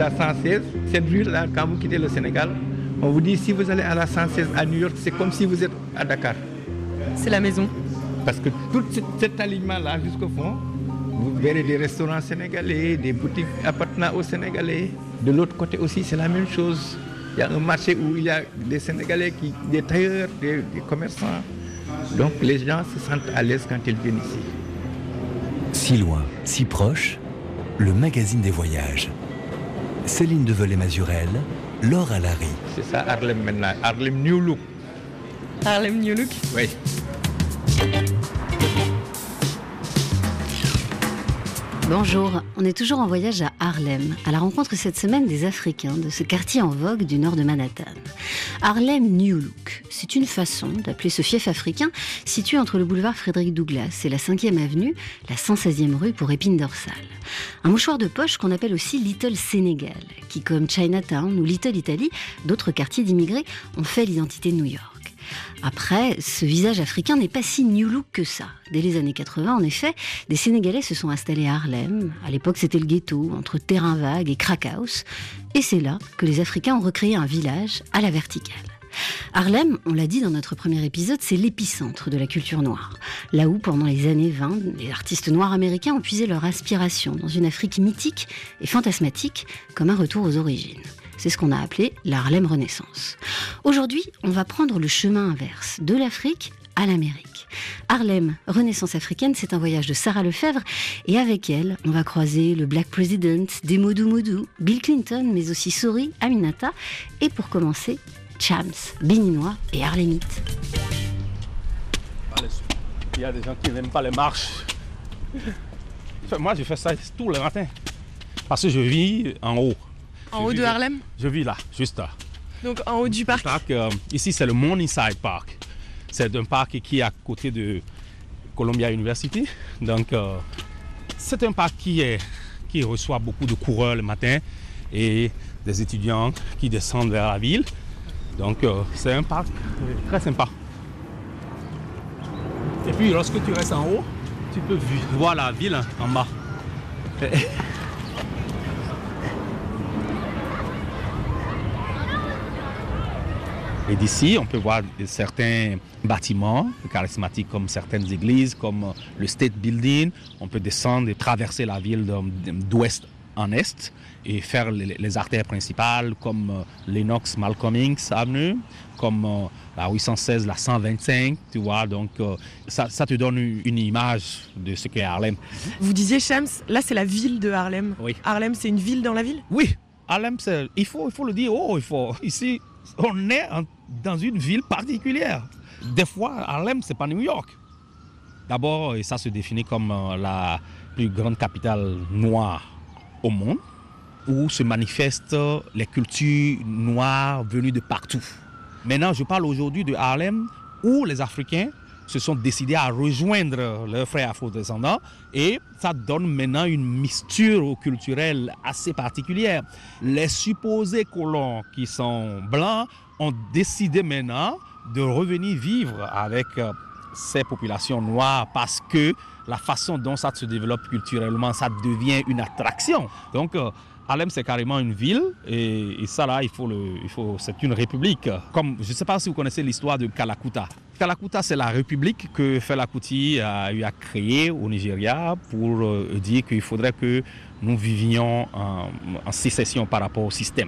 la 116, cette rue-là, quand vous quittez le Sénégal, on vous dit si vous allez à la 116 à New York, c'est comme si vous êtes à Dakar. C'est la maison. Parce que tout cet alignement-là jusqu'au fond, vous verrez des restaurants sénégalais, des boutiques appartenant aux Sénégalais. De l'autre côté aussi, c'est la même chose. Il y a un marché où il y a des Sénégalais, des tailleurs, des commerçants. Donc les gens se sentent à l'aise quand ils viennent ici. Si loin, si proche, le magazine des voyages. Céline Develay-Mazurel, Laure Alary. C'est ça Harlem maintenant, Harlem New Look. Harlem New Look. Oui. Bonjour, on est toujours en voyage à Harlem, à la rencontre cette semaine des Africains de ce quartier en vogue du nord de Manhattan. Harlem New Look, c'est une façon d'appeler ce fief africain situé entre le boulevard Frédéric Douglass et la 5e avenue, la 116e rue pour épine dorsale. Un mouchoir de poche qu'on appelle aussi Little Sénégal, qui comme Chinatown ou Little Italy, d'autres quartiers d'immigrés, ont fait l'identité de New York. Après, ce visage africain n'est pas si new look que ça. Dès les années 80, en effet, des Sénégalais se sont installés à Harlem. À l'époque, c'était le ghetto, entre Terrain Vague et Crack House. Et c'est là que les Africains ont recréé un village à la verticale. Harlem, on l'a dit dans notre premier épisode, c'est l'épicentre de la culture noire. Là où, pendant les années 20, les artistes noirs américains ont puisé leur inspiration dans une Afrique mythique et fantasmatique, comme un retour aux origines. C'est ce qu'on a appelé la Harlem Renaissance. Aujourd'hui, on va prendre le chemin inverse, de l'Afrique à l'Amérique. Harlem, Renaissance africaine, c'est un voyage de Sarah Lefebvre, et avec elle, on va croiser le Black President, des Modou Modou, Bill Clinton, mais aussi Sori, Aminata, et pour commencer, Chams, béninois et harlémite. Il y a des gens qui n'aiment pas les marches. Moi, je fais ça tous les matins, parce que je vis en haut. En haut de Harlem ? Je vis là, juste là. Donc en haut du parc. Ici, c'est le Morningside Park. C'est un parc qui est à côté de Columbia University. Donc, c'est un parc qui reçoit beaucoup de coureurs le matin et des étudiants qui descendent vers la ville. Donc, c'est un parc très sympa. Et puis, lorsque tu restes en haut, tu peux voir la ville en bas. Et d'ici, on peut voir certains bâtiments charismatiques comme certaines églises, comme le State Building. On peut descendre et traverser la ville d'ouest en est et faire les artères principales comme Lenox Malcolm X Avenue, comme la 816, la 125, tu vois. Donc, ça te donne une image de ce qu'est Harlem. Vous disiez, Chams, là, c'est la ville de Harlem. Oui. Harlem, c'est une ville dans la ville ? Oui, Harlem, il faut le dire. Ici, on est dans une ville particulière. Des fois, Harlem, c'est pas New York. D'abord, ça se définit comme la plus grande capitale noire au monde, où se manifestent les cultures noires venues de partout. Maintenant, je parle aujourd'hui de Harlem, où les Africains se sont décidés à rejoindre leurs frères afro-descendants et ça donne maintenant une mixture culturelle assez particulière. Les supposés colons qui sont blancs ont décidé maintenant de revenir vivre avec ces populations noires parce que la façon dont ça se développe culturellement, ça devient une attraction. Donc, Harlem, c'est carrément une ville et ça là, c'est une république. Comme, je ne sais pas si vous connaissez l'histoire de Kalakuta. Kalakuta, c'est la république que Fela Kuti a eu à créer au Nigeria pour dire qu'il faudrait que nous vivions en sécession par rapport au système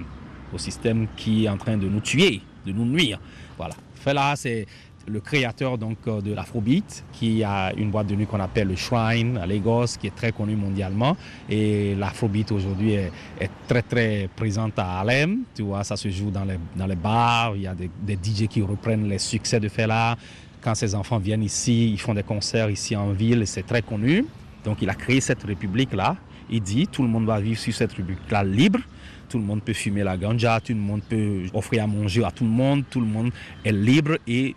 qui est en train de nous tuer, de nous nuire. Voilà. Fela, c'est le créateur donc de l'Afrobeat, qui a une boîte de nuit qu'on appelle le Shrine à Lagos, qui est très connue mondialement. Et l'Afrobeat aujourd'hui est très très présente à Harlem. Tu vois, ça se joue dans les bars. Il y a des DJ qui reprennent les succès de Fela. Quand ses enfants viennent ici, ils font des concerts ici en ville et c'est très connu. Donc il a créé cette république-là. Il dit tout le monde va vivre sur cette république-là libre. Tout le monde peut fumer la ganja, tout le monde peut offrir à manger à tout le monde est libre et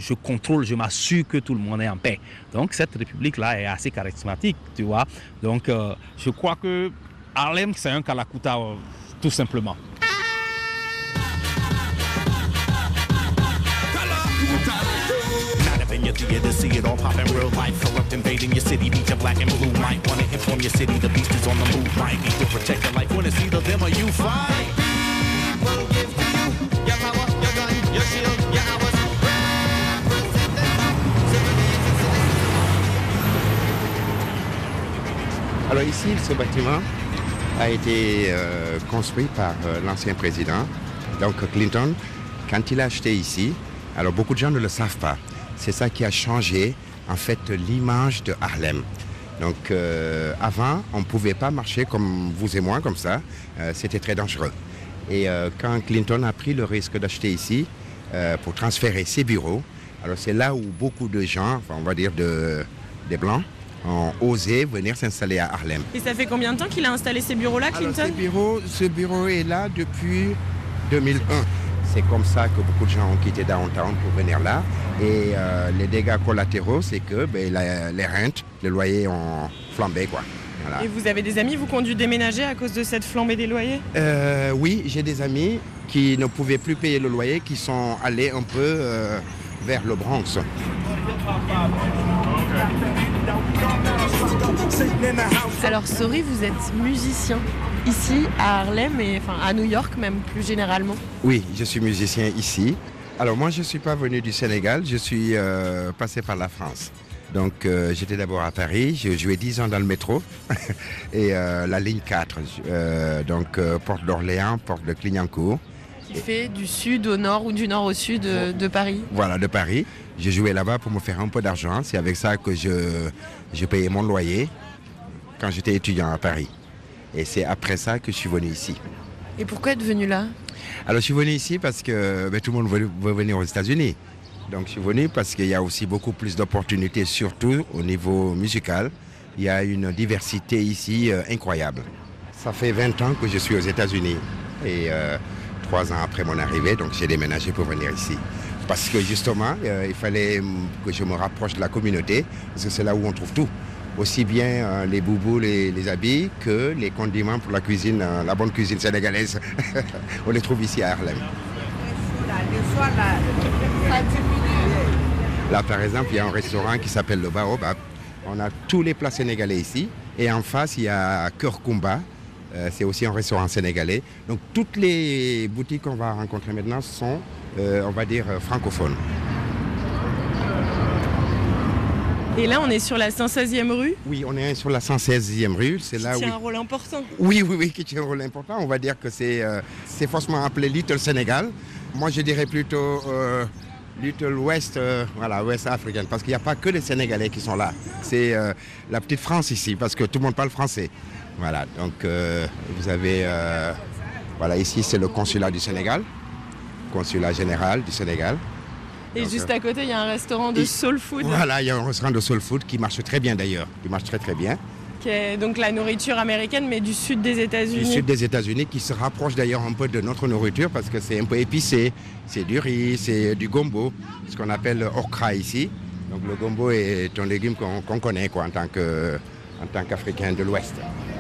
je m'assure que tout le monde est en paix. Donc cette république-là est assez charismatique, tu vois. Donc je crois que Harlem, c'est un Kalakuta, tout simplement. In your theater, see it all pop in real life. Corrupt invading your city, beat your black and blue. Might wanna inform your city, the beast is on the move. Might need to protect your life when it's either them or you fight. Alors ici, ce bâtiment a été construit par l'ancien président, donc Clinton, quand il a acheté ici. Alors beaucoup de gens ne le savent pas. C'est ça qui a changé en fait l'image de Harlem. Donc avant, on ne pouvait pas marcher comme vous et moi, comme ça. C'était très dangereux. Et quand Clinton a pris le risque d'acheter ici pour transférer ses bureaux, alors c'est là où beaucoup de gens, enfin, on va dire des Blancs, ont osé venir s'installer à Harlem. Et ça fait combien de temps qu'il a installé ces bureaux-là, Clinton? Alors, ce bureau est là depuis 2001. C'est comme ça que beaucoup de gens ont quitté Downtown pour venir là. Et les dégâts collatéraux, c'est que les rentes, les loyers ont flambé, quoi. Voilà. Et vous avez des amis, vous, qui ont dû déménager à cause de cette flambée des loyers? Oui, j'ai des amis qui ne pouvaient plus payer le loyer, qui sont allés un peu vers le Bronx. Alors, Sori, vous êtes musicien ici à Harlem et enfin à New York même plus généralement. Oui, je suis musicien ici. Alors moi, je ne suis pas venu du Sénégal, je suis passé par la France. Donc j'étais d'abord à Paris, j'ai joué 10 ans dans le métro et la ligne 4, donc porte d'Orléans, porte de Clignancourt. Qui fait du sud au nord ou du nord au sud de Paris. Voilà, de Paris. J'ai joué là-bas pour me faire un peu d'argent. C'est avec ça que je payais mon loyer quand j'étais étudiant à Paris. Et c'est après ça que je suis venu ici. Et pourquoi être venu là? Alors je suis venu ici parce que tout le monde veut venir aux États-Unis. Donc je suis venu parce qu'il y a aussi beaucoup plus d'opportunités, surtout au niveau musical. Il y a une diversité ici incroyable. Ça fait 20 ans que je suis aux États-Unis. Et 3 ans après mon arrivée, donc j'ai déménagé pour venir ici. Parce que justement, il fallait que je me rapproche de la communauté, parce que c'est là où on trouve tout. Aussi bien les boubous, les habits, que les condiments pour la cuisine, la bonne cuisine sénégalaise. On les trouve ici à Harlem. Là, par exemple, il y a un restaurant qui s'appelle le Baobab. On a tous les plats sénégalais ici. Et en face, il y a Cœur Kumba. C'est aussi un restaurant sénégalais. Donc toutes les boutiques qu'on va rencontrer maintenant sont, on va dire, francophones. Et là, on est sur la 116e rue? Oui, on est sur la 116e rue. C'est là qui où tient un rôle important. Oui, qui tient un rôle important. On va dire que c'est forcément appelé Little Sénégal. Moi, je dirais plutôt Little West, West africaine, parce qu'il n'y a pas que les Sénégalais qui sont là. C'est la petite France ici, parce que tout le monde parle français. Voilà, donc vous avez, ici c'est le consulat du Sénégal, consulat général du Sénégal. Et donc, juste à côté, il y a un restaurant de soul food. Voilà, il y a un restaurant de soul food qui marche très bien d'ailleurs, qui marche très très bien. Qui est donc la nourriture américaine, mais du sud des États-Unis. Du sud des États-Unis, qui se rapproche d'ailleurs un peu de notre nourriture parce que c'est un peu épicé. C'est du riz, c'est du gombo, ce qu'on appelle okra ici. Donc le gombo est un légume qu'on connaît quoi, en tant qu'Africain de l'Ouest.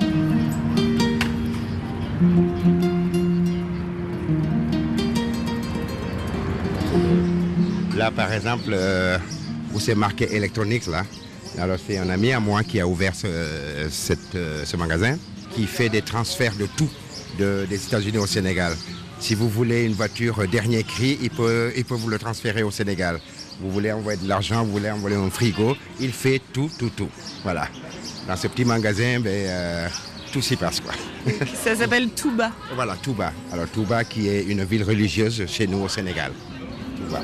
Là, par exemple, où c'est marqué Electronics, là, alors c'est un ami à moi qui a ouvert ce magasin, qui fait des transferts de tout des États-Unis au Sénégal. Si vous voulez une voiture dernier cri, il peut vous le transférer au Sénégal. Vous voulez envoyer de l'argent, vous voulez envoyer un frigo, il fait tout. Voilà. Dans ce petit magasin, tout s'y passe, quoi. Ça s'appelle Touba. Voilà, Touba. Alors Touba qui est une ville religieuse chez nous au Sénégal. Touba.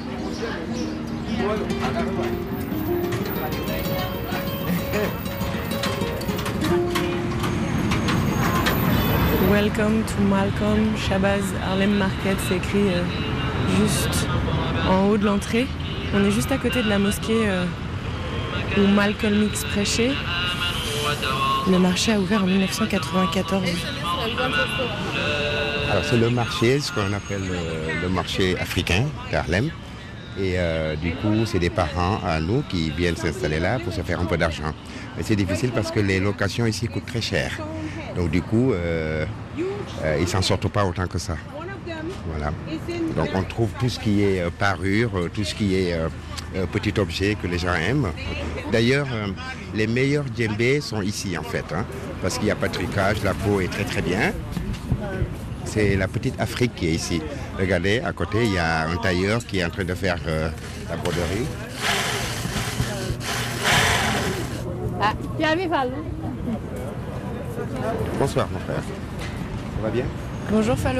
Welcome to Malcolm Shabazz Harlem Market, c'est écrit juste en haut de l'entrée. On est juste à côté de la mosquée où Malcolm X prêchait. Le marché a ouvert en 1994. Alors c'est le marché, ce qu'on appelle le marché africain d'Harlem. Et du coup, c'est des parents à nous qui viennent s'installer là pour se faire un peu d'argent. Mais c'est difficile parce que les locations ici coûtent très cher. Donc du coup, ils ne s'en sortent pas autant que ça. Voilà. Donc on trouve tout ce qui est parure, tout ce qui est petit objet que les gens aiment. D'ailleurs, les meilleurs djembés sont ici en fait, parce qu'il n'y a pas de tricage, la peau est très très bien. C'est la petite Afrique qui est ici. Regardez, à côté, il y a un tailleur qui est en train de faire la broderie. Bonsoir mon frère. Ça va bien? Bonjour Fallot.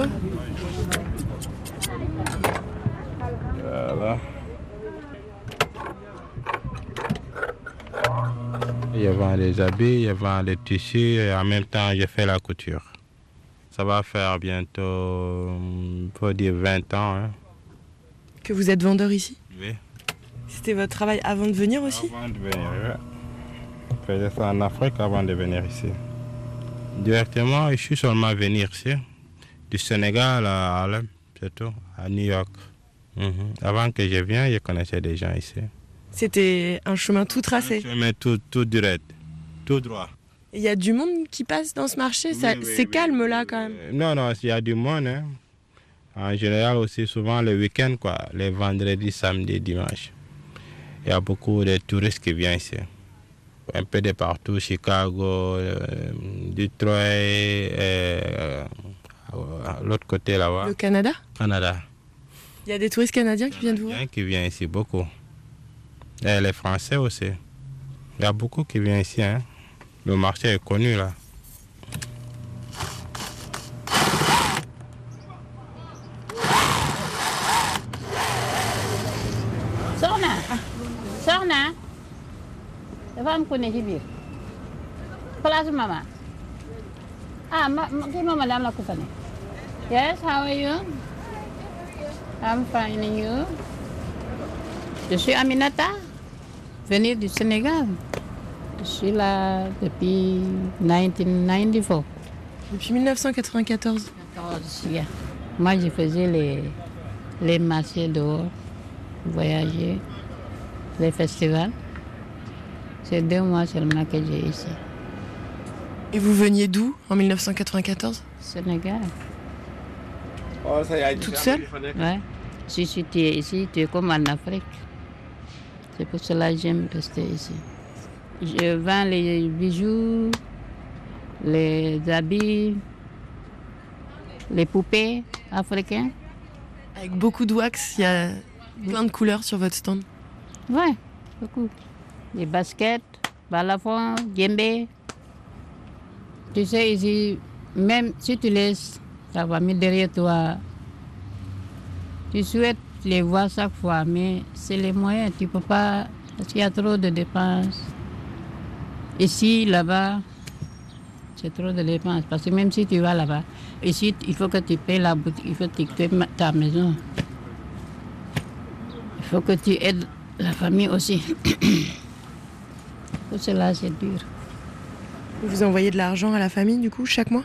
Voilà. Je vends les habits, je vends les tissus et en même temps je fais la couture. Ça va faire bientôt, faut dire 20 ans. Hein. Que vous êtes vendeur ici? Oui. C'était votre travail avant de venir aussi? Avant de venir, oui. Je faisais ça en Afrique avant de venir ici. Directement, je suis seulement venu ici. Du Sénégal à Harlem, c'est tout, à New York. Avant que je vienne, je connaissais des gens ici. C'était un chemin tout tracé? Un chemin tout direct, tout droit. Il y a du monde qui passe dans ce marché? C'est calme là quand même? Non, il y a du monde. Hein. En général aussi souvent le week-end, quoi, les vendredis, samedis, dimanches. Il y a beaucoup de touristes qui viennent ici. Un peu de partout, Chicago, Detroit, l'autre côté là-bas. Le Canada? Canada. Il y a des touristes canadiens qui viennent vous voir? Qui viennent ici, beaucoup. Et les Français aussi. Il y a beaucoup qui viennent ici. Hein. Le marché est connu là. Soxna dafa am ku ne ci biir place maman kii maman daam la ku fa ne. Yes, how are you? I'm fine and you? Je suis Aminata, venue du Sénégal. Je suis là depuis 1994. Depuis 1994. Yeah. Moi, je faisais les marchés dehors, voyager, les festivals. C'est 2 mois seulement que j'ai ici. Et vous veniez d'où en 1994? Sénégal. Toute seule? Ouais. Si tu es ici, tu es comme en Afrique. C'est pour cela que j'aime rester ici. Je vends les bijoux, les habits, les poupées africaines. Avec beaucoup de wax, il y a plein de couleurs sur votre stand. Ouais, beaucoup. Les baskets, balafons, djembé. Tu sais, ici, même si tu laisses ta famille derrière toi, tu souhaites les voir chaque fois, mais c'est les moyens, tu peux pas, parce qu'il y a trop de dépenses. Ici, là-bas, c'est trop de dépenses, parce que même si tu vas là-bas, ici, il faut que tu payes la boutique, il faut que tu payes ta maison. Il faut que tu aides la famille aussi. Tout cela, c'est dur. Vous envoyez de l'argent à la famille, du coup, chaque mois?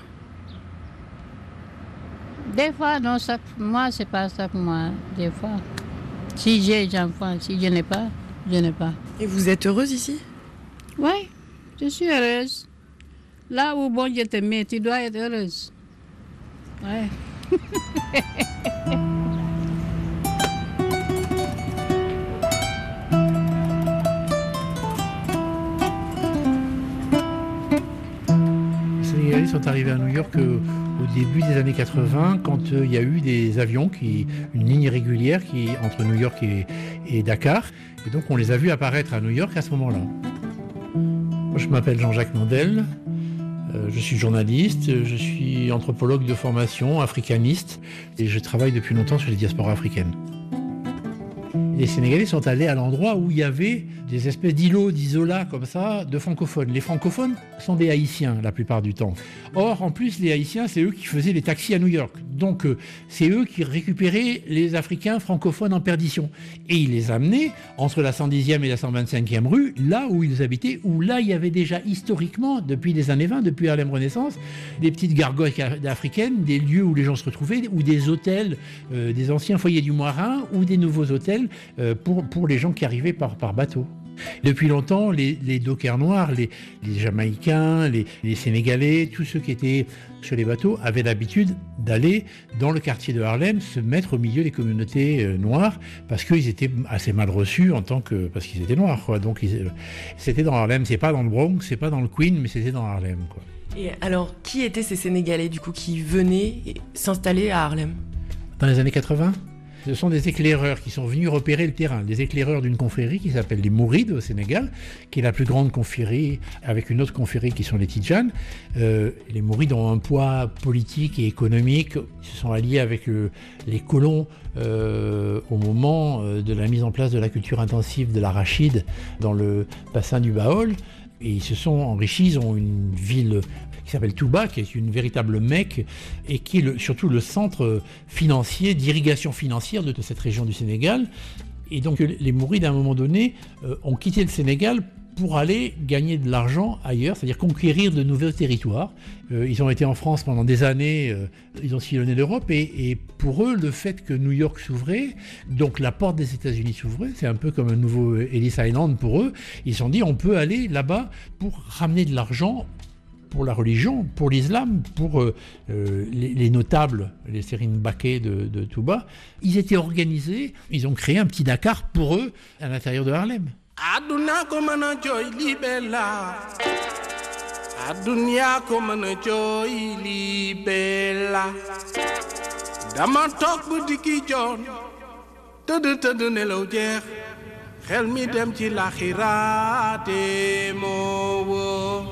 Des fois, non, chaque mois, c'est pas chaque mois. Des fois. Si j'ai des enfants, si je n'ai pas, je n'ai pas. Et vous êtes heureuse ici? Oui, je suis heureuse. Là où bon Dieu te met, tu dois être heureuse. Ouais. Les Sénégalais sont arrivés à New York au début des années 80, quand il y a eu des avions, une ligne régulière entre New York et Dakar. Et donc on les a vus apparaître à New York à ce moment-là. Moi, je m'appelle Jean-Jacques Mandel, je suis journaliste, je suis anthropologue de formation, africaniste, et je travaille depuis longtemps sur les diasporas africaines. Les Sénégalais sont allés à l'endroit où il y avait des espèces d'îlots, d'isolats comme ça, de francophones. Les francophones sont des Haïtiens la plupart du temps. Or, en plus, les Haïtiens, c'est eux qui faisaient les taxis à New York. Donc, c'est eux qui récupéraient les Africains francophones en perdition. Et ils les amenaient entre la 110e et la 125e rue, là où ils habitaient, où là, il y avait déjà historiquement, depuis les années 20, depuis Harlem Renaissance, des petites gargotes africaines, des lieux où les gens se retrouvaient, ou des hôtels, des anciens foyers du Moirin, ou des nouveaux hôtels pour les gens qui arrivaient par bateau. Depuis longtemps, les dockers noirs, les Jamaïcains, les Sénégalais, tous ceux qui étaient sur les bateaux avaient l'habitude d'aller dans le quartier de Harlem, se mettre au milieu des communautés noires, parce qu'ils étaient assez mal reçus parce qu'ils étaient noirs, quoi. Donc c'était dans Harlem, c'est pas dans le Bronx, c'est pas dans le Queens, mais c'était dans Harlem, quoi. Et alors, qui étaient ces Sénégalais du coup qui venaient s'installer à Harlem? Dans les années 80, Ce sont des éclaireurs qui sont venus repérer le terrain, des éclaireurs d'une confrérie qui s'appelle les Mourides au Sénégal, qui est la plus grande confrérie avec une autre confrérie qui sont les Tidjanes. Les Mourides ont un poids politique et économique. Ils se sont alliés avec les colons au moment de la mise en place de la culture intensive de l'arachide dans le bassin du Baol. Et ils se sont enrichis, ils ont une ville qui s'appelle Touba, qui est une véritable Mecque et qui est surtout le centre financier, d'irrigation financière de cette région du Sénégal. Et donc les Mourides, à un moment donné, ont quitté le Sénégal pour aller gagner de l'argent ailleurs, c'est-à-dire conquérir de nouveaux territoires. Ils ont été en France pendant des années, ils ont sillonné l'Europe, et pour eux, le fait que New York s'ouvrait, donc la porte des États-Unis s'ouvrait, c'est un peu comme un nouveau Ellis Island pour eux. Ils se sont dit, on peut aller là-bas pour ramener de l'argent pour la religion, pour l'islam, pour les notables, les Serigne Baké de Touba. Ils étaient organisés, ils ont créé un petit Dakar pour eux à l'intérieur de Harlem. Aduna ko mana joy libella Adunya ko mana joy libella Dama tok bu diki jon teud nelaw jeex xel mi dem ci l'akhirate mo wo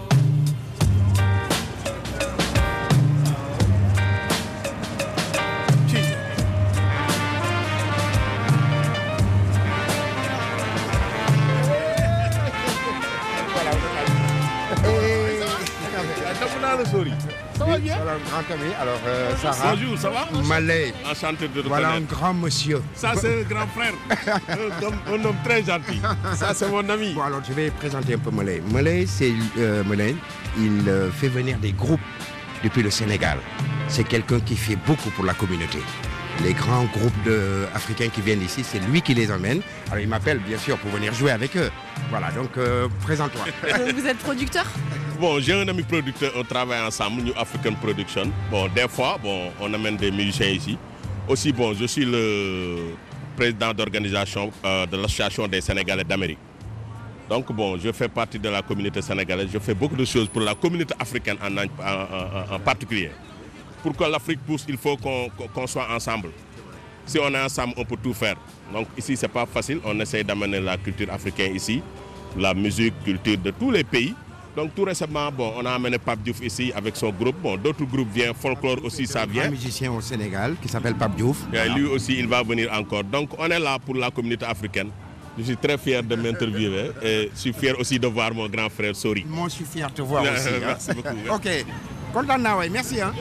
Ça va bien? Voilà un grand ami. Alors, Sarah. Bonjour, ça va? Malais. Enchanté de te Voilà connaître. un grand monsieur. Ça, c'est un grand frère. un homme très gentil. Ça, c'est mon ami. Bon, alors, je vais présenter un peu Malais. Malais, il fait venir des groupes depuis le Sénégal. C'est quelqu'un qui fait beaucoup pour la communauté. Les grands groupes africains qui viennent ici, c'est lui qui les emmène. Alors, il m'appelle, bien sûr, pour venir jouer avec eux. Voilà, donc, présente-toi. Vous êtes producteur? Bon, j'ai un ami producteur, on travaille ensemble, New African Production. Bon, des fois, bon, on amène des musiciens ici. Aussi, bon, je suis le président d'organisation de l'Association des Sénégalais d'Amérique. Donc, bon, je fais partie de la communauté sénégalaise. Je fais beaucoup de choses pour la communauté africaine en particulier. Pour que l'Afrique pousse, il faut qu'on soit ensemble. Si on est ensemble, on peut tout faire. Donc ici, c'est pas facile. On essaie d'amener la culture africaine ici, la musique, culture de tous les pays. Donc tout récemment, bon, on a amené Pape Diouf ici avec son groupe. Bon, d'autres groupes viennent, folklore aussi, ça vient. Un musicien au Sénégal qui s'appelle Pape Diouf. Et lui aussi, il va venir encore. Donc on est là pour la communauté africaine. Je suis très fier de m'interviewer et je suis fier aussi de voir mon grand frère Sori. Moi, je suis fier de te voir aussi. Merci beaucoup. Ok, content d'avoir, merci. Hein.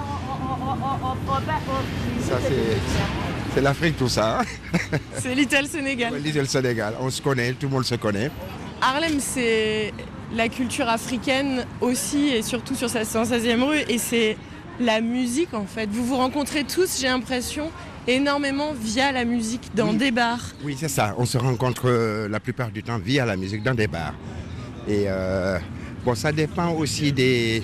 Ça, c'est l'Afrique, tout ça. C'est Little Sénégal. Ouais, Little Sénégal, on se connaît, tout le monde se connaît. Harlem, c'est la culture africaine aussi, et surtout sur sa 116e rue, et c'est la musique en fait. Vous vous rencontrez tous, j'ai l'impression, énormément via la musique, dans des bars. Oui, c'est ça, on se rencontre la plupart du temps via la musique, dans des bars. Et bon, ça dépend aussi des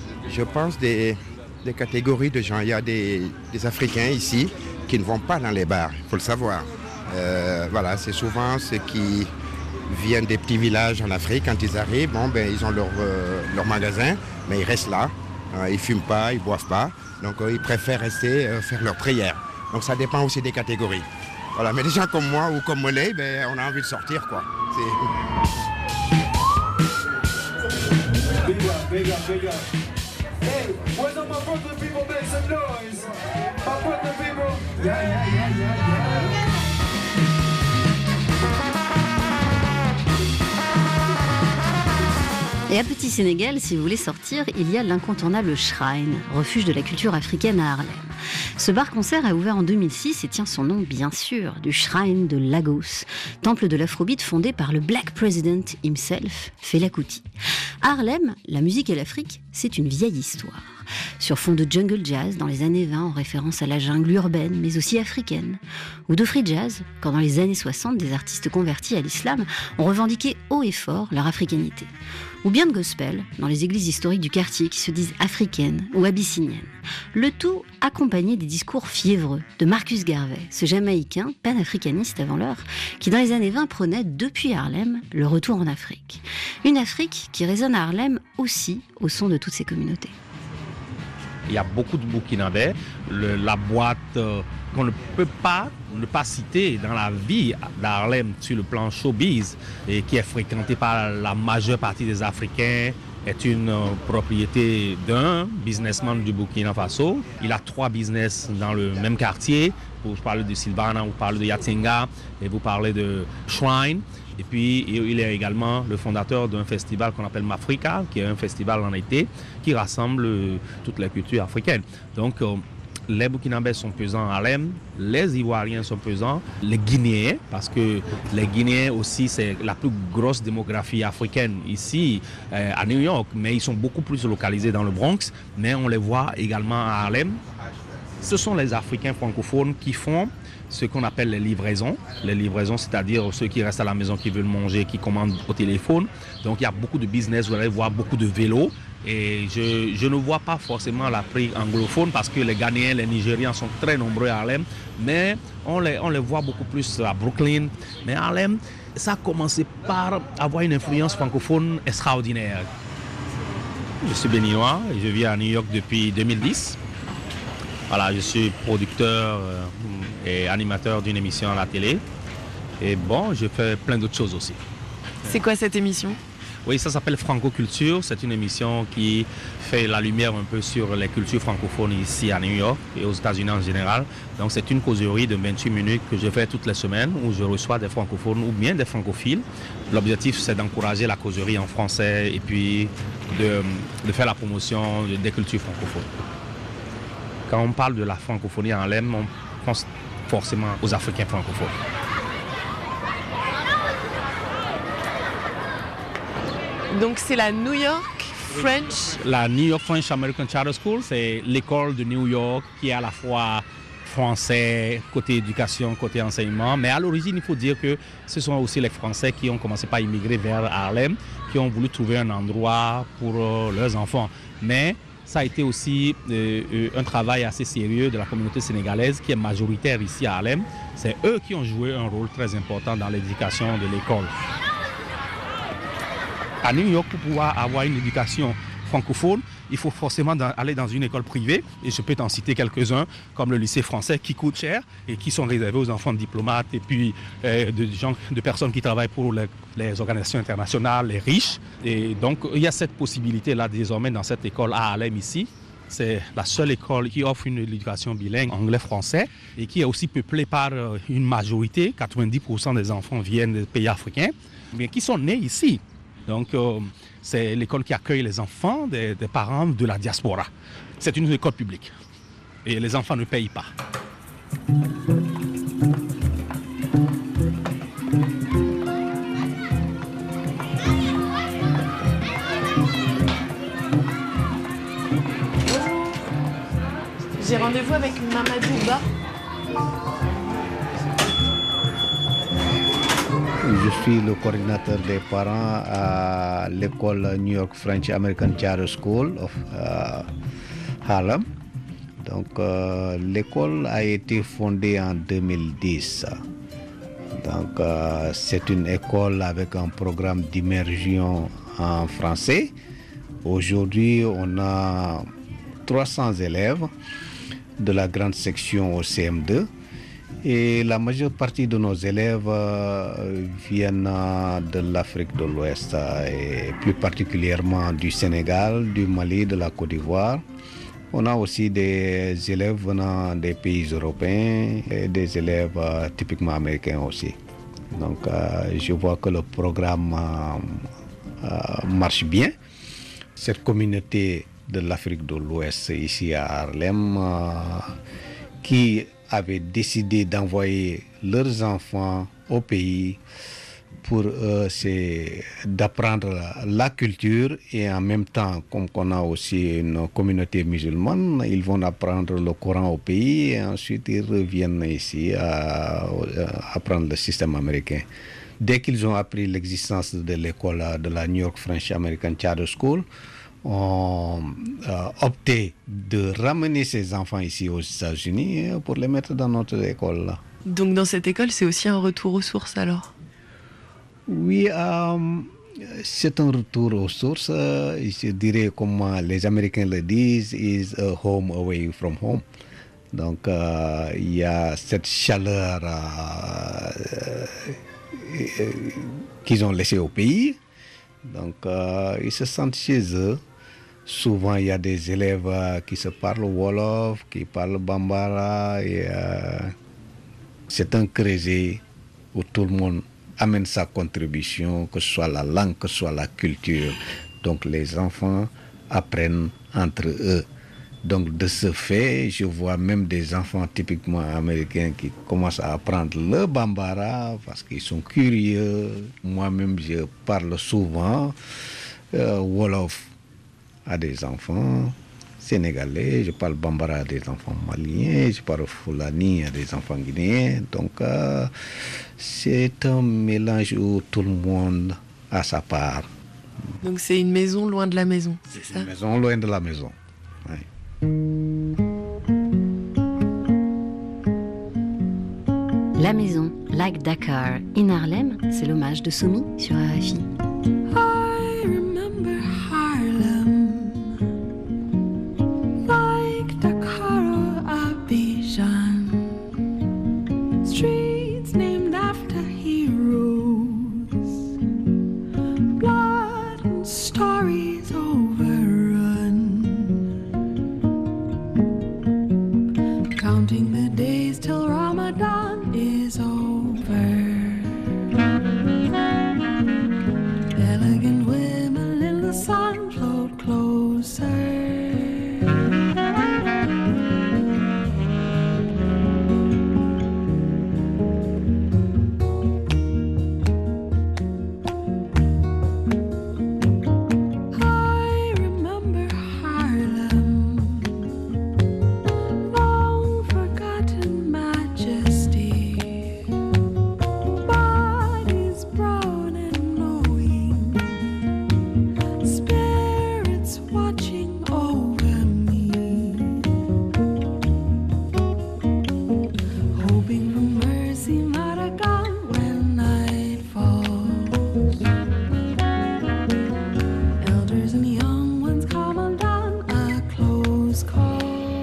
catégories de gens. Il y a des Africains ici qui ne vont pas dans les bars, il faut le savoir. Voilà, c'est souvent ceux qui viennent des petits villages en Afrique. Quand ils arrivent, bon, ben, ils ont leur magasin, mais ils restent là. Ils ne fument pas, ils ne boivent pas. Donc ils préfèrent rester faire leur prière. Donc ça dépend aussi des catégories. Voilà, mais des gens comme moi ou comme Mollet, ben, on a envie de sortir, quoi. Big up. Hey, where's all my Brooklyn people? Make some noise. My Brooklyn people. Yeah. Et à Petit Sénégal, si vous voulez sortir, il y a l'incontournable Shrine, refuge de la culture africaine à Harlem. Ce bar-concert a ouvert en 2006 et tient son nom, bien sûr, du Shrine de Lagos, temple de l'afrobeat fondé par le Black President himself, Fela Kuti. À Harlem, la musique et l'Afrique, c'est une vieille histoire. Sur fond de jungle jazz dans les années 20 en référence à la jungle urbaine mais aussi africaine, ou de free jazz quand dans les années 60 des artistes convertis à l'islam ont revendiqué haut et fort leur africanité, ou bien de gospel dans les églises historiques du quartier qui se disent africaines ou abyssiniennes. Le tout accompagné des discours fiévreux de Marcus Garvey, ce Jamaïcain panafricaniste avant l'heure, qui dans les années 20 prônait depuis Harlem le retour en Afrique. Une Afrique qui résonne à Harlem aussi au son de toutes ces communautés. il y a beaucoup de Burkinabés. La boîte qu'on ne peut pas ne pas citer dans la vie d'Harlem sur le plan showbiz et qui est fréquentée par la majeure partie des Africains est une propriété d'un businessman du Burkina Faso. Il a 3 business dans le même quartier. Vous parlez de Silvana, vous parlez de Yatinga et vous parlez de Shrine. Et puis, il est également le fondateur d'un festival qu'on appelle Mafrika, qui est un festival en été qui rassemble toutes les cultures africaines. Donc, les Burkinabés sont pesants à Harlem, les Ivoiriens sont pesants, les Guinéens, parce que les Guinéens aussi, c'est la plus grosse démographie africaine ici à New York, mais ils sont beaucoup plus localisés dans le Bronx, mais on les voit également à Harlem. Ce sont les Africains francophones qui font ce qu'on appelle les livraisons. Les livraisons, c'est-à-dire ceux qui restent à la maison, qui veulent manger, qui commandent au téléphone. Donc il y a beaucoup de business, vous allez voir beaucoup de vélos. Et je ne vois pas forcément l'Afrique anglophone parce que les Ghanéens, les Nigérians sont très nombreux à Harlem. Mais on les voit beaucoup plus à Brooklyn. Mais Harlem, ça a commencé par avoir une influence francophone extraordinaire. Je suis béninois et je vis à New York depuis 2010. Voilà, je suis producteur et animateur d'une émission à la télé. Et bon, je fais plein d'autres choses aussi. C'est quoi cette émission ? Oui, ça s'appelle Franco-Culture. C'est une émission qui fait la lumière un peu sur les cultures francophones ici à New York et aux États-Unis en général. Donc c'est une causerie de 28 minutes que je fais toutes les semaines où je reçois des francophones ou bien des francophiles. L'objectif, c'est d'encourager la causerie en français et puis de faire la promotion des cultures francophones. Quand on parle de la francophonie en Harlem, on pense forcément aux Africains francophones. Donc c'est la New York French... La New York French American Charter School, c'est l'école de New York qui est à la fois français, côté éducation, côté enseignement. Mais à l'origine, il faut dire que ce sont aussi les Français qui ont commencé par immigrer vers Harlem, qui ont voulu trouver un endroit pour leurs enfants. Mais ça a été aussi un travail assez sérieux de la communauté sénégalaise qui est majoritaire ici à Harlem. C'est eux qui ont joué un rôle très important dans l'éducation de l'école. À New York, pour pouvoir avoir une éducation francophone, il faut forcément aller dans une école privée. Et je peux t'en citer quelques-uns, comme le lycée français qui coûte cher et qui sont réservés aux enfants de diplomates et puis de personnes qui travaillent pour les organisations internationales, les riches. Et donc, il y a cette possibilité-là désormais dans cette école à Harlem ici. C'est la seule école qui offre une éducation bilingue anglais-français et qui est aussi peuplée par une majorité, 90% des enfants viennent des pays africains, mais qui sont nés ici. Donc, c'est l'école qui accueille les enfants des parents de la diaspora. C'est une école publique et les enfants ne payent pas. J'ai rendez-vous avec Mamadou Ba. Je suis le coordinateur des parents à l'école New York French American Charter School of Harlem. Donc, l'école a été fondée en 2010. Donc, c'est une école avec un programme d'immersion en français. Aujourd'hui, on a 300 élèves de la grande section au CM2. Et la majeure partie de nos élèves viennent de l'Afrique de l'Ouest et plus particulièrement du Sénégal, du Mali, de la Côte d'Ivoire. On a aussi des élèves venant des pays européens et des élèves typiquement américains aussi. Donc je vois que le programme marche bien. Cette communauté de l'Afrique de l'Ouest ici à Harlem qui avaient décidé d'envoyer leurs enfants au pays pour c'est d'apprendre la culture et en même temps, comme on a aussi une communauté musulmane, ils vont apprendre le Coran au pays et ensuite ils reviennent ici à apprendre le système américain. Dès qu'ils ont appris l'existence de l'école de la New York French American Charter School, ont opté de ramener ces enfants ici aux États-Unis pour les mettre dans notre école. Donc dans cette école, c'est aussi un retour aux sources alors ? Oui, c'est un retour aux sources. Je dirais, comme les Américains le disent, is a home away from home. Donc, il y a cette chaleur qu'ils ont laissée au pays. Donc, ils se sentent chez eux. Souvent, il y a des élèves qui se parlent Wolof, qui parlent Bambara. Et, c'est un creuset où tout le monde amène sa contribution, que ce soit la langue, que ce soit la culture. Donc, les enfants apprennent entre eux. Donc, de ce fait, je vois même des enfants typiquement américains qui commencent à apprendre le Bambara parce qu'ils sont curieux. Moi-même, je parle souvent Wolof à des enfants sénégalais, je parle Bambara à des enfants maliens, je parle Fulani à des enfants guinéens. Donc, c'est un mélange où tout le monde a sa part. Donc, c'est une maison loin de la maison, c'est ça? Une maison loin de la maison, oui. La maison, lac Dakar, in Harlem, c'est l'hommage de Somi sur RFI. I remember Harlem, like Dakar or Abidjan, streets named after heroes, blood and stories overrun, counting the days till Ramadan is over. Elegant women in the sun float closer. I remember Harlem, long forgotten majesty, bodies brown and knowing, spirits watching over me, hoping for mercy might have gone when night falls. Elders and young ones come undone, a close call.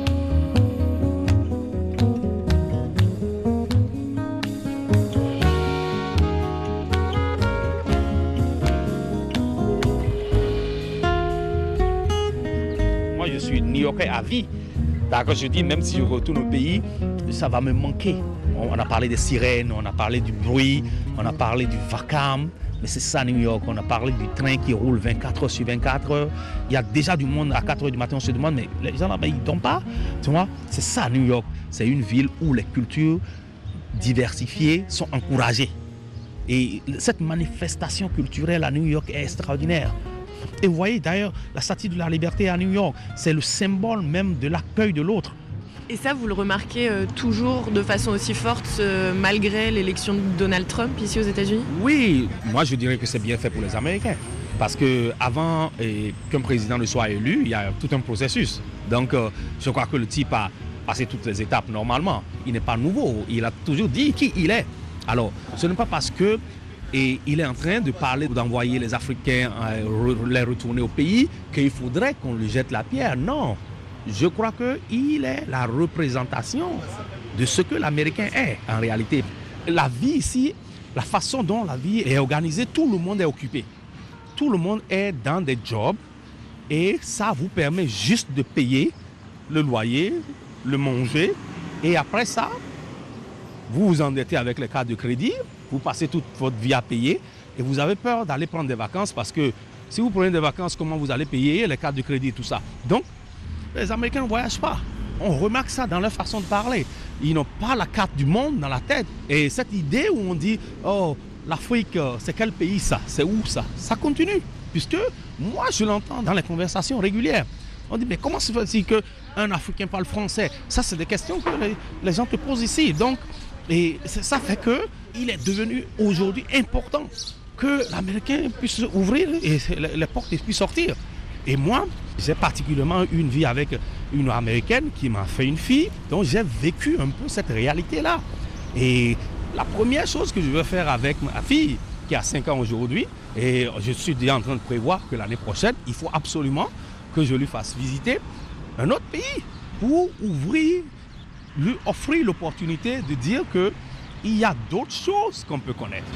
Moi, je suis New-Yorkais à vie. D'accord, je dis, même si je retourne au pays, ça va me manquer. On a parlé des sirènes, on a parlé du bruit, on a parlé du vacarme. Mais c'est ça, New York. On a parlé du train qui roule 24 heures sur 24 heures. Il y a déjà du monde à 4 heures du matin. On se demande, mais les gens là-bas, ils ne dorment pas. Tu vois, c'est ça, New York. C'est une ville où les cultures diversifiées sont encouragées. Et cette manifestation culturelle à New York est extraordinaire. Et vous voyez d'ailleurs la Statue de la Liberté à New York, c'est le symbole même de l'accueil de l'autre. Et ça, vous le remarquez toujours de façon aussi forte, malgré l'élection de Donald Trump ici aux États-Unis? Oui, moi je dirais que c'est bien fait pour les Américains. Parce qu'avant qu'un président ne soit élu, il y a tout un processus. Donc je crois que le type a passé toutes les étapes normalement. Il n'est pas nouveau, il a toujours dit qui il est. Alors, ce n'est pas parce que il est en train de parler d'envoyer les Africains les retourner au pays qu'il faudrait qu'on lui jette la pierre. Non, je crois qu'il est la représentation de ce que l'Américain est en réalité. La vie ici, la façon dont la vie est organisée, tout le monde est occupé. Tout le monde est dans des jobs et ça vous permet juste de payer le loyer, le manger et après ça, vous vous endettez avec les cartes de crédit, vous passez toute votre vie à payer et vous avez peur d'aller prendre des vacances parce que si vous prenez des vacances, comment vous allez payer les cartes de crédit et tout ça. Donc, les Américains ne voyagent pas. On remarque ça dans leur façon de parler. Ils n'ont pas la carte du monde dans la tête. Et cette idée où on dit, oh, l'Afrique, c'est quel pays ça? C'est où ça? Ça continue. Puisque moi, je l'entends dans les conversations régulières. On dit, mais comment se fait-il qu'un Africain parle français? Ça, c'est des questions que les gens te posent ici. Donc, et ça fait qu'il est devenu aujourd'hui important que l'Américain puisse ouvrir et les portes puissent sortir. Et moi, j'ai particulièrement eu une vie avec une Américaine qui m'a fait une fille, donc j'ai vécu un peu cette réalité-là. Et la première chose que je veux faire avec ma fille, qui a 5 ans aujourd'hui, Et je suis déjà en train de prévoir que l'année prochaine, il faut absolument que je lui fasse visiter un autre pays pour lui offrir l'opportunité de dire qu'il y a d'autres choses qu'on peut connaître.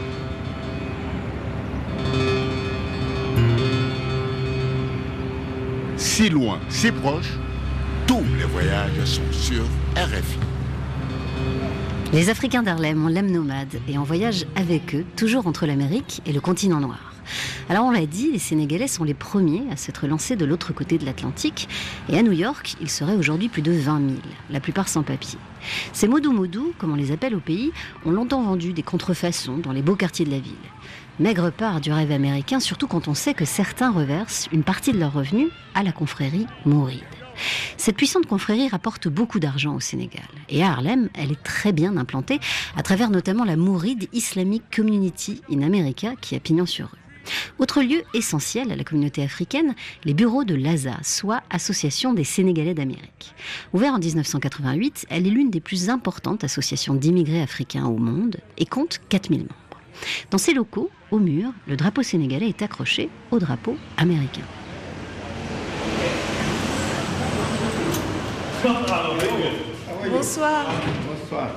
Si loin, si proche, tous les voyages sont sur RFI. Les Africains d'Harlem ont l'âme nomade et on voyage avec eux, toujours entre l'Amérique et le continent noir. Alors on l'a dit, les Sénégalais sont les premiers à s'être lancés de l'autre côté de l'Atlantique. Et à New York, ils seraient aujourd'hui plus de 20 000, la plupart sans papier. Ces modou-modou, comme on les appelle au pays, ont longtemps vendu des contrefaçons dans les beaux quartiers de la ville. Maigre part du rêve américain, surtout quand on sait que certains reversent une partie de leurs revenus à la confrérie Mouride. Cette puissante confrérie rapporte beaucoup d'argent au Sénégal. Et à Harlem, elle est très bien implantée, à travers notamment la Mouride Islamic Community in America, qui a pignon sur rue. Autre lieu essentiel à la communauté africaine, les bureaux de l'ASA, soit Association des Sénégalais d'Amérique. Ouverte en 1988, elle est l'une des plus importantes associations d'immigrés africains au monde et compte 4000 membres. Dans ces locaux, au mur, le drapeau sénégalais est accroché au drapeau américain. Bonsoir. Bonsoir.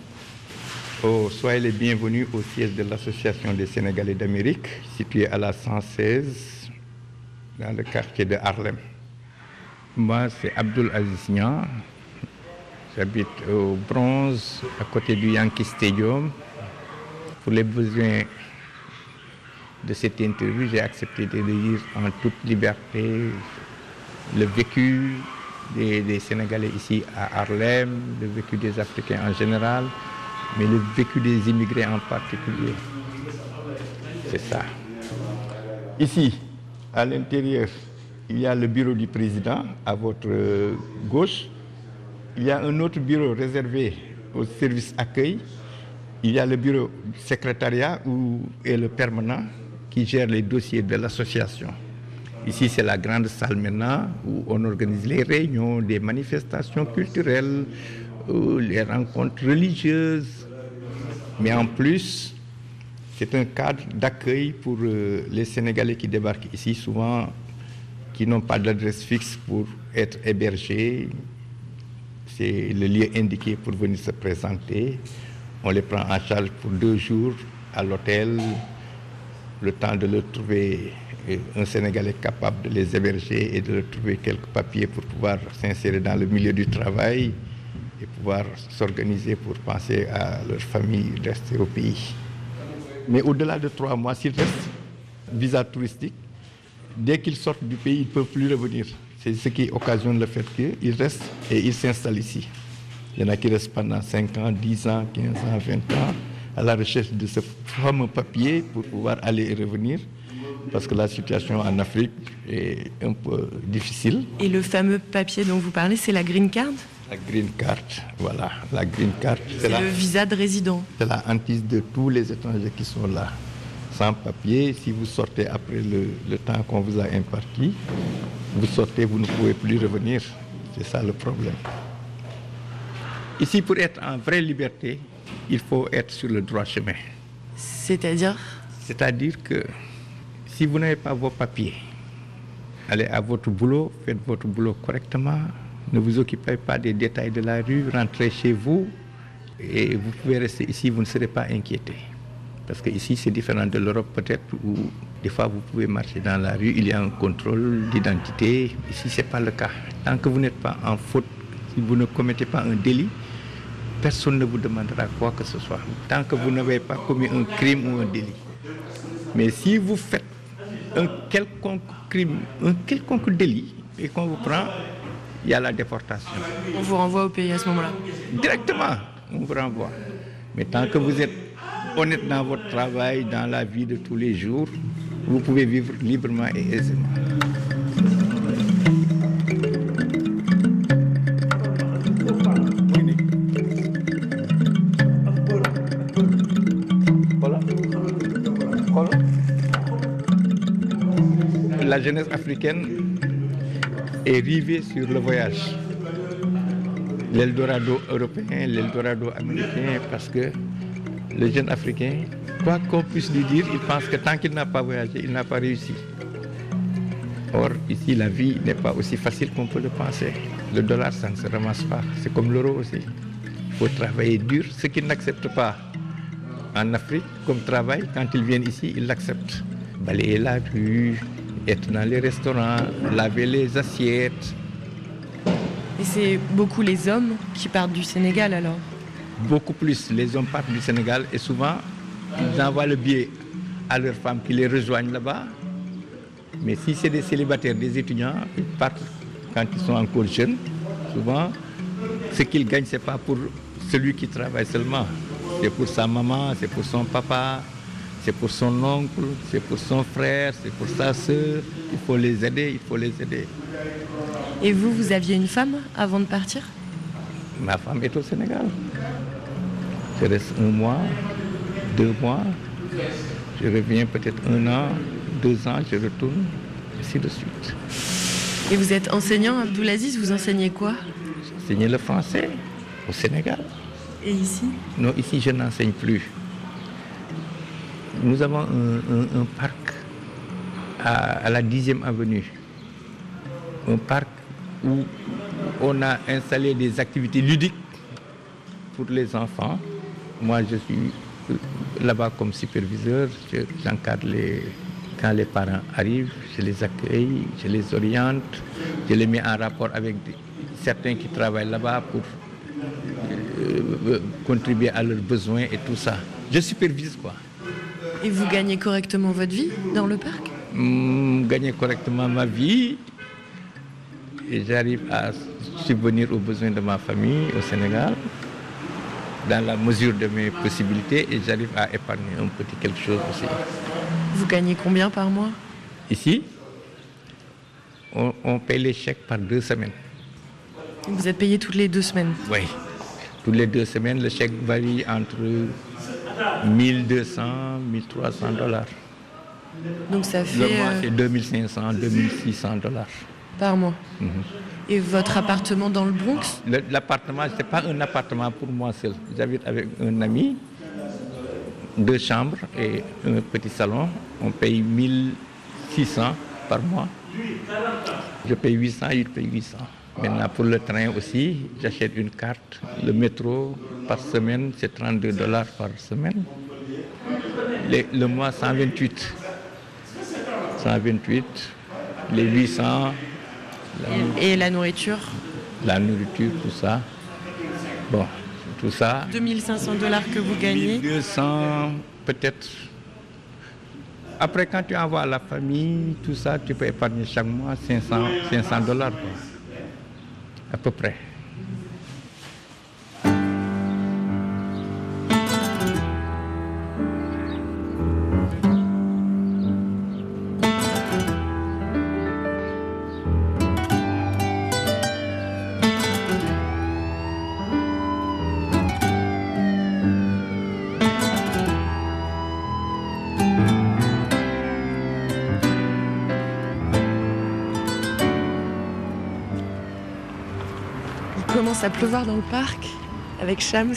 Oh, soyez les bienvenus au siège de l'Association des Sénégalais d'Amérique, située à la 116, dans le quartier de Harlem. Moi, c'est Abdoul Aziz Niang. J'habite au Bronx, à côté du Yankee Stadium. Pour les besoins de cette interview, j'ai accepté de lire en toute liberté le vécu des Sénégalais ici à Harlem, le vécu des Africains en général, mais le vécu des immigrés en particulier. C'est ça. Ici, à l'intérieur, il y a le bureau du président à votre gauche. Il y a un autre bureau réservé au service accueil. Il y a le bureau du secrétariat et le permanent qui gère les dossiers de l'association. Ici, c'est la grande salle maintenant où on organise les réunions, des manifestations culturelles, les rencontres religieuses. Mais en plus, c'est un cadre d'accueil pour les Sénégalais qui débarquent ici, souvent qui n'ont pas d'adresse fixe pour être hébergés. C'est le lieu indiqué pour venir se présenter. On les prend en charge pour 2 jours à l'hôtel, le temps de leur trouver un Sénégalais capable de les héberger et de leur trouver quelques papiers pour pouvoir s'insérer dans le milieu du travail et pouvoir s'organiser pour penser à leur famille rester au pays. Mais au-delà de 3 mois, s'ils restent, visa touristique, dès qu'ils sortent du pays, ils ne peuvent plus revenir. C'est ce qui occasionne le fait qu'ils restent et ils s'installent ici. Il y en a qui restent pendant 5 ans, 10 ans, 15 ans, 20 ans, à la recherche de ce fameux papier pour pouvoir aller et revenir, parce que la situation en Afrique est un peu difficile. Et le fameux papier dont vous parlez, c'est la green card ? La green card, voilà, la green card. C'est le visa de résident. C'est la hantise de tous les étrangers qui sont là. Sans papier, si vous sortez après le temps qu'on vous a imparti, vous sortez, vous ne pouvez plus revenir. C'est ça le problème. Ici, pour être en vraie liberté, il faut être sur le droit chemin. C'est-à-dire ? C'est-à-dire que si vous n'avez pas vos papiers, allez à votre boulot, faites votre boulot correctement, ne vous occupez pas des détails de la rue, rentrez chez vous et vous pouvez rester ici, vous ne serez pas inquiété. Parce que ici, c'est différent de l'Europe peut-être où des fois vous pouvez marcher dans la rue, il y a un contrôle d'identité. Ici, ce n'est pas le cas. Tant que vous n'êtes pas en faute, si vous ne commettez pas un délit, personne ne vous demandera quoi que ce soit. Tant que vous n'avez pas commis un crime ou un délit. Mais si vous faites un quelconque crime, un quelconque délit, et qu'on vous prend, il y a la déportation. On vous renvoie au pays à ce moment-là ? Directement, on vous renvoie. Mais tant que vous êtes honnête dans votre travail, dans la vie de tous les jours, vous pouvez vivre librement et aisément. La jeunesse africaine est rivée sur le voyage. L'Eldorado européen, l'Eldorado américain, parce que le jeune africain Quoi qu'on puisse lui dire, il pense que tant qu'il n'a pas voyagé, il n'a pas réussi. Or, ici, la vie n'est pas aussi facile qu'on peut le penser. Le dollar, ça ne se ramasse pas. C'est comme l'euro aussi. Il faut travailler dur. Ceux qui n'acceptent pas en Afrique comme travail, quand ils viennent ici, ils l'acceptent. Balayer la rue, être dans les restaurants, laver les assiettes. Et c'est beaucoup les hommes qui partent du Sénégal alors? Beaucoup plus. Les hommes partent du Sénégal et souvent, ils envoient le billet à leurs femmes qui les rejoignent là-bas. Mais si c'est des célibataires, des étudiants, ils partent quand ils sont encore jeunes. Souvent, ce qu'ils gagnent, ce n'est pas pour celui qui travaille seulement. C'est pour sa maman, c'est pour son papa, c'est pour son oncle, c'est pour son frère, c'est pour sa sœur. Il faut les aider, il faut les aider. Et vous, vous aviez une femme avant de partir? Ma femme est au Sénégal. Je reste 1 mois, 2 mois. Je reviens peut-être 1 an, 2 ans, je retourne, ainsi de suite. Et vous êtes enseignant, Abdoulaziz, vous enseignez quoi? J'enseignais le français au Sénégal. Et ici? Non, ici je n'enseigne plus. Nous avons un parc à la 10e avenue. Un parc où on a installé des activités ludiques pour les enfants. Moi, je suis là-bas comme superviseur. J'encadre quand les parents arrivent, je les accueille, je les oriente, je les mets en rapport avec certains qui travaillent là-bas pour contribuer à leurs besoins et tout ça. Je supervise quoi. Et vous gagnez correctement votre vie dans le parc? Gagner correctement ma vie et j'arrive à subvenir aux besoins de ma famille au Sénégal dans la mesure de mes possibilités et j'arrive à épargner un petit quelque chose aussi. Vous gagnez combien par mois? Ici, on paye les chèques par 2 semaines. Vous êtes payé toutes les 2 semaines? Oui. Toutes les 2 semaines, le chèque varie entre 1200 et 1300 $. Donc ça fait... Le mois, c'est 2500, 2600 $. Par mois. Et votre appartement dans le Bronx? L'appartement, ce n'est pas un appartement pour moi seul. J'habite avec un ami, 2 chambres et un petit salon. On paye 1600 par mois. Je paye 800, il paye 800. Maintenant, pour le train aussi, j'achète une carte. Le métro, par semaine, c'est 32 $ par semaine. Le mois, 128. 128. Les 800. Et la nourriture? La nourriture, tout ça. Bon, tout ça. 2500 $ que vous gagnez? 200, peut-être. Après, quand tu envoies à la famille, tout ça, tu peux épargner chaque mois 500 $, quoi. À peu près. Il commence à pleuvoir dans le parc avec Shams.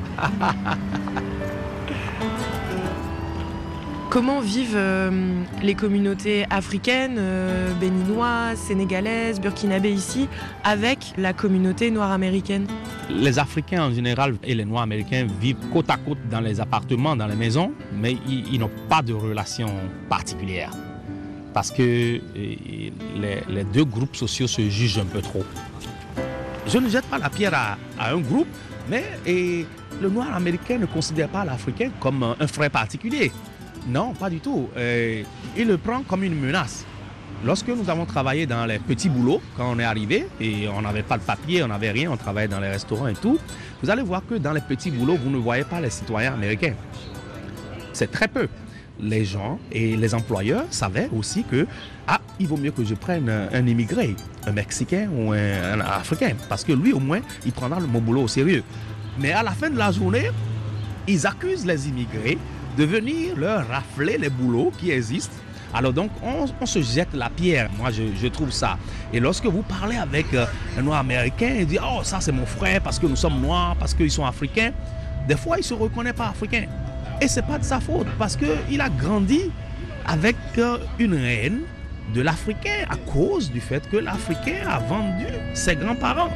Comment vivent les communautés africaines, béninoises, sénégalaises, burkinabées ici, avec la communauté noire américaine? Les Africains en général et les Noirs américains vivent côte à côte dans les appartements, dans les maisons, mais ils n'ont pas de relation particulière. Parce que les 2 groupes sociaux se jugent un peu trop. Je ne jette pas la pierre à un groupe, mais le Noir américain ne considère pas l'Africain comme un frère particulier. Non, pas du tout. Il le prend comme une menace. Lorsque nous avons travaillé dans les petits boulots, quand on est arrivé, et on n'avait pas de papier, on n'avait rien, on travaillait dans les restaurants et tout, vous allez voir que dans les petits boulots, vous ne voyez pas les citoyens américains. C'est très peu. Les gens et les employeurs savaient aussi que il vaut mieux que je prenne un immigré, un Mexicain ou un Africain, parce que lui au moins, il prendra mon boulot au sérieux. Mais à la fin de la journée, ils accusent les immigrés de venir leur rafler les boulots qui existent. Alors donc, on se jette la pierre. Moi, je trouve ça. Et lorsque vous parlez avec un Noir américain, il dit « Oh, ça c'est mon frère parce que nous sommes noirs, parce qu'ils sont africains », des fois, il ne se reconnaît pas africain. Et ce n'est pas de sa faute, parce qu'il a grandi avec une reine de l'Africain à cause du fait que l'Africain a vendu ses grands-parents.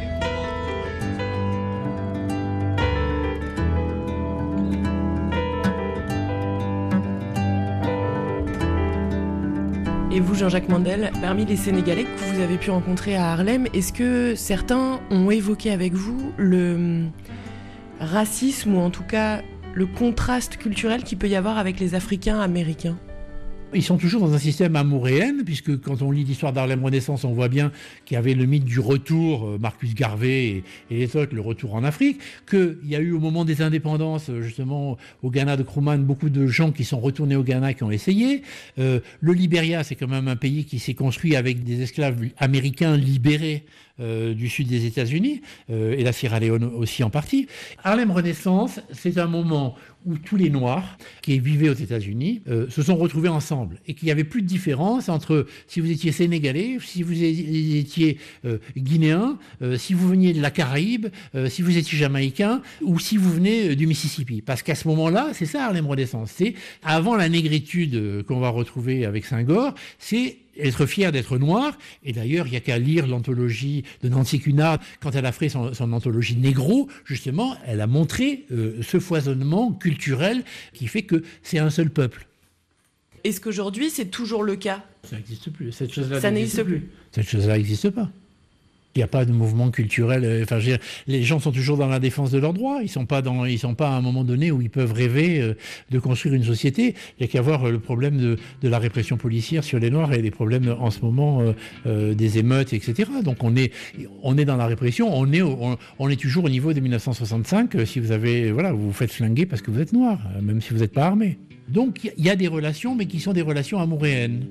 Et vous, Jean-Jacques Mandel, parmi les Sénégalais que vous avez pu rencontrer à Harlem, est-ce que certains ont évoqué avec vous le racisme ou en tout cas le contraste culturel qu'il peut y avoir avec les Africains américains ? Ils sont toujours dans un système amouréen, puisque quand on lit l'histoire d'Harlem Renaissance, on voit bien qu'il y avait le mythe du retour, Marcus Garvey et les autres, le retour en Afrique, qu'il y a eu au moment des indépendances, justement, au Ghana de Nkrumah, beaucoup de gens qui sont retournés au Ghana, qui ont essayé. Le Libéria, c'est quand même un pays qui s'est construit avec des esclaves américains libérés du sud des États-Unis, et la Sierra Leone aussi en partie. Harlem Renaissance, c'est un moment où tous les Noirs qui vivaient aux États-Unis se sont retrouvés ensemble et qu'il n'y avait plus de différence entre si vous étiez sénégalais, si vous étiez guinéen, si vous veniez de la Caraïbe, si vous étiez jamaïcain ou si vous venez du Mississippi. Parce qu'à ce moment-là, c'est ça Harlem Renaissance. C'est avant la négritude qu'on va retrouver avec Senghor, c'est être fier d'être noir, et d'ailleurs, il n'y a qu'à lire l'anthologie de Nancy Cunard, quand elle a fait son anthologie Négro, justement, elle a montré ce foisonnement culturel qui fait que c'est un seul peuple. Est-ce qu'aujourd'hui, c'est toujours le cas ? Ça n'existe plus. Cette chose-là ça n'existe plus. Cette chose-là n'existe pas. Il n'y a pas de mouvement culturel. Enfin, les gens sont toujours dans la défense de leurs droits. Ils sont pas à un moment donné où ils peuvent rêver de construire une société. Il n'y a qu'à voir le problème de la répression policière sur les Noirs et les problèmes en ce moment des émeutes, etc. Donc on est dans la répression. On est toujours au niveau de 1965. Si vous vous faites flinguer parce que vous êtes noir, même si vous n'êtes pas armé. Donc il y a des relations, mais qui sont des relations amouréennes.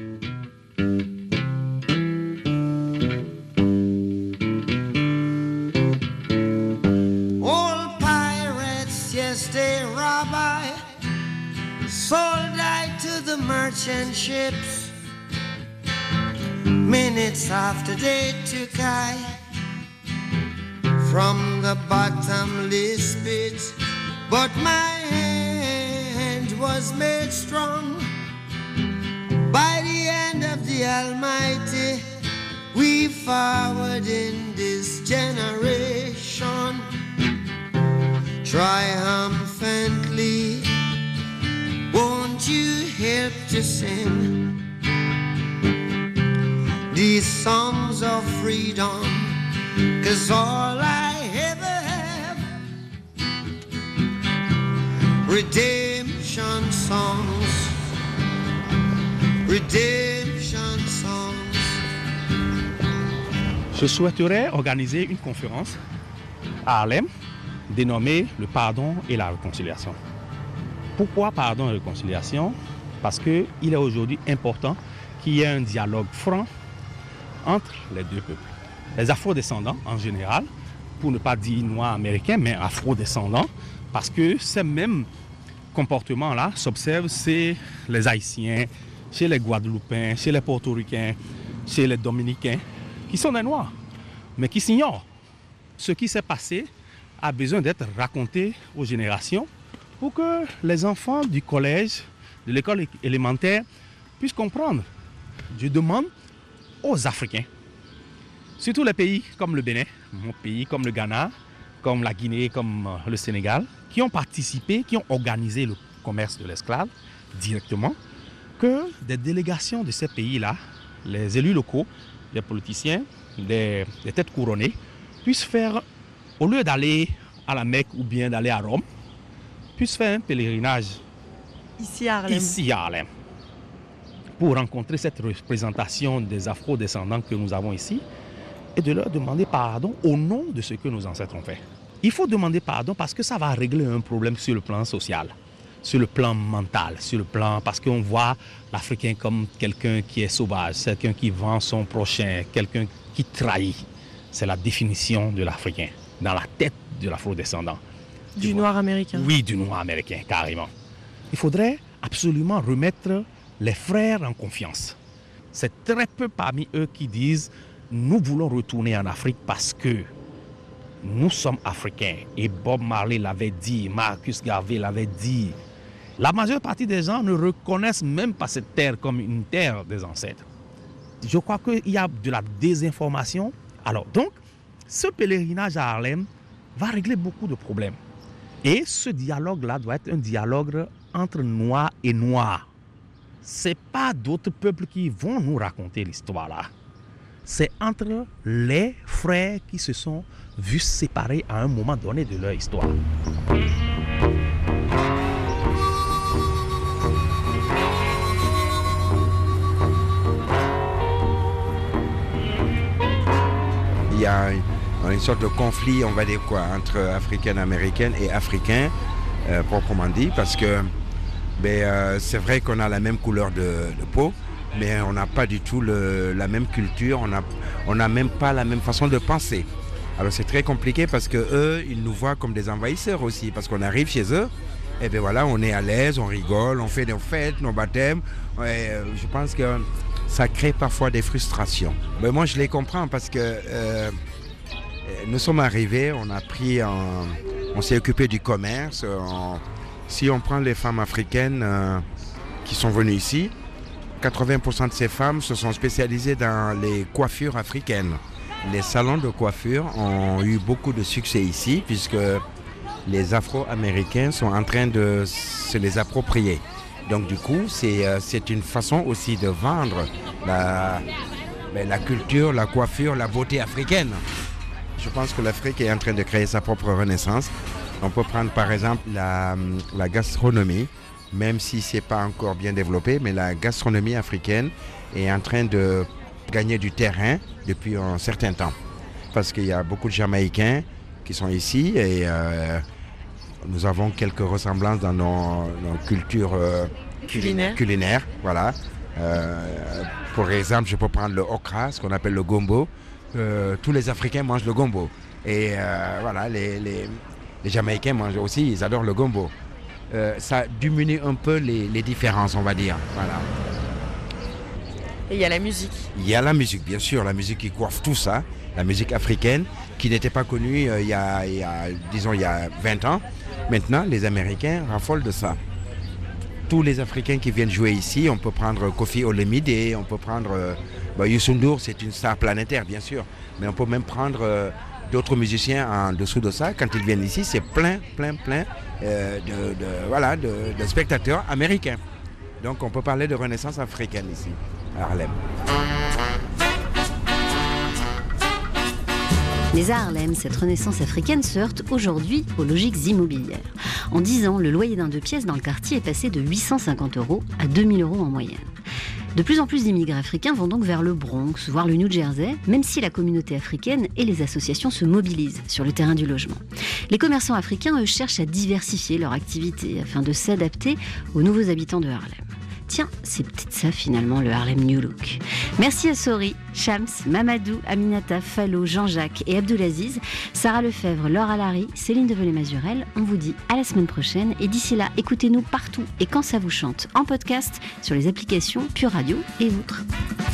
Sold I to the merchant ships. Minutes after they took I from the bottomless pit, but my hand was made strong by the hand of the Almighty. We forward in this generation triumphantly. Won't you help to sing these songs of freedom? 'Cause all I ever have, redemption songs, redemption songs. Je souhaiterais organiser une conférence à Harlem dénommée le pardon et la réconciliation. Pourquoi pardon et réconciliation? Parce qu'il est aujourd'hui important qu'il y ait un dialogue franc entre les deux peuples. Les afro-descendants en général, pour ne pas dire noirs américains, mais afro-descendants, parce que ces mêmes comportements-là s'observent chez les Haïtiens, chez les Guadeloupéens, chez les Portoricains, chez les Dominicains, qui sont des noirs, mais qui s'ignorent. Ce qui s'est passé a besoin d'être raconté aux générations pour que les enfants du collège, de l'école élémentaire, puissent comprendre. Je demande aux Africains, surtout les pays comme le Bénin, mon pays comme le Ghana, comme la Guinée, comme le Sénégal, qui ont participé, qui ont organisé le commerce de l'esclave directement, que des délégations de ces pays-là, les élus locaux, les politiciens, les têtes couronnées, puissent faire, au lieu d'aller à la Mecque ou bien d'aller à Rome, puissent faire un pèlerinage ici à Harlem pour rencontrer cette représentation des afro-descendants que nous avons ici et de leur demander pardon au nom de ce que nos ancêtres ont fait. Il faut demander pardon parce que ça va régler un problème sur le plan social, sur le plan mental, sur le plan parce qu'on voit l'Africain comme quelqu'un qui est sauvage, quelqu'un qui vend son prochain, quelqu'un qui trahit. C'est la définition de l'Africain dans la tête de l'afro-descendant. Du noir américain. Oui, du noir américain, carrément. Il faudrait absolument remettre les frères en confiance. C'est très peu parmi eux qui disent « Nous voulons retourner en Afrique parce que nous sommes Africains. » Et Bob Marley l'avait dit, Marcus Garvey l'avait dit. La majeure partie des gens ne reconnaissent même pas cette terre comme une terre des ancêtres. Je crois qu'il y a de la désinformation. Alors donc, ce pèlerinage à Harlem va régler beaucoup de problèmes. Et ce dialogue-là doit être un dialogue entre noirs et noirs. Ce n'est pas d'autres peuples qui vont nous raconter l'histoire là. C'est entre les frères qui se sont vus séparés à un moment donné de leur histoire. Il y a une sorte de conflit, on va dire quoi, entre africaines-américaines et africains, proprement dit, parce que c'est vrai qu'on a la même couleur de peau, mais on n'a pas du tout la même culture, on n'a même pas la même façon de penser. Alors c'est très compliqué parce qu'eux, ils nous voient comme des envahisseurs aussi, parce qu'on arrive chez eux, et bien voilà, on est à l'aise, on rigole, on fait nos fêtes, nos baptêmes. Je pense que ça crée parfois des frustrations. Mais moi, je les comprends parce que nous sommes arrivés, on s'est occupé du commerce. Si on prend les femmes africaines qui sont venues ici, 80% de ces femmes se sont spécialisées dans les coiffures africaines. Les salons de coiffure ont eu beaucoup de succès ici puisque les Afro-Américains sont en train de se les approprier. Donc du coup, c'est une façon aussi de vendre la culture, la coiffure, la beauté africaine. Je pense que l'Afrique est en train de créer sa propre renaissance. On peut prendre par exemple la gastronomie, même si ce n'est pas encore bien développé, mais la gastronomie africaine est en train de gagner du terrain depuis un certain temps. Parce qu'il y a beaucoup de Jamaïcains qui sont ici et nous avons quelques ressemblances dans nos cultures culinaires. Voilà. Pour exemple, je peux prendre le okra, ce qu'on appelle le gombo. Tous les Africains mangent le gombo. Et voilà, les Jamaïcains mangent aussi, ils adorent le gombo. Ça diminue un peu les différences, on va dire. Voilà. Et il y a la musique. Il y a la musique, bien sûr, la musique qui coiffe tout ça. La musique africaine, qui n'était pas connue il y a 20 ans. Maintenant, les Américains raffolent de ça. Tous les Africains qui viennent jouer ici, on peut prendre Koffi Olomide, on peut prendre Youssou N'Dour, c'est une star planétaire, bien sûr. Mais on peut même prendre d'autres musiciens en dessous de ça. Quand ils viennent ici, c'est plein de spectateurs américains. Donc on peut parler de renaissance africaine ici, à Harlem. Mais à Harlem, cette renaissance africaine se heurte aujourd'hui aux logiques immobilières. En 10 ans, le loyer d'un 2 pièces dans le quartier est passé de 850 € à 2000 € en moyenne. De plus en plus d'immigrés africains vont donc vers le Bronx, voire le New Jersey, même si la communauté africaine et les associations se mobilisent sur le terrain du logement. Les commerçants africains, eux, cherchent à diversifier leur activité afin de s'adapter aux nouveaux habitants de Harlem. Tiens, c'est peut-être ça finalement le Harlem New Look. Merci à Sori, Shams, Mamadou, Aminata, Fallo, Jean-Jacques et Abdoulaziz, Sarah Lefebvre, Laura Larry, Céline Develay-Mazurel. On vous dit à la semaine prochaine et d'ici là, écoutez-nous partout et quand ça vous chante en podcast sur les applications Pure Radio et autres.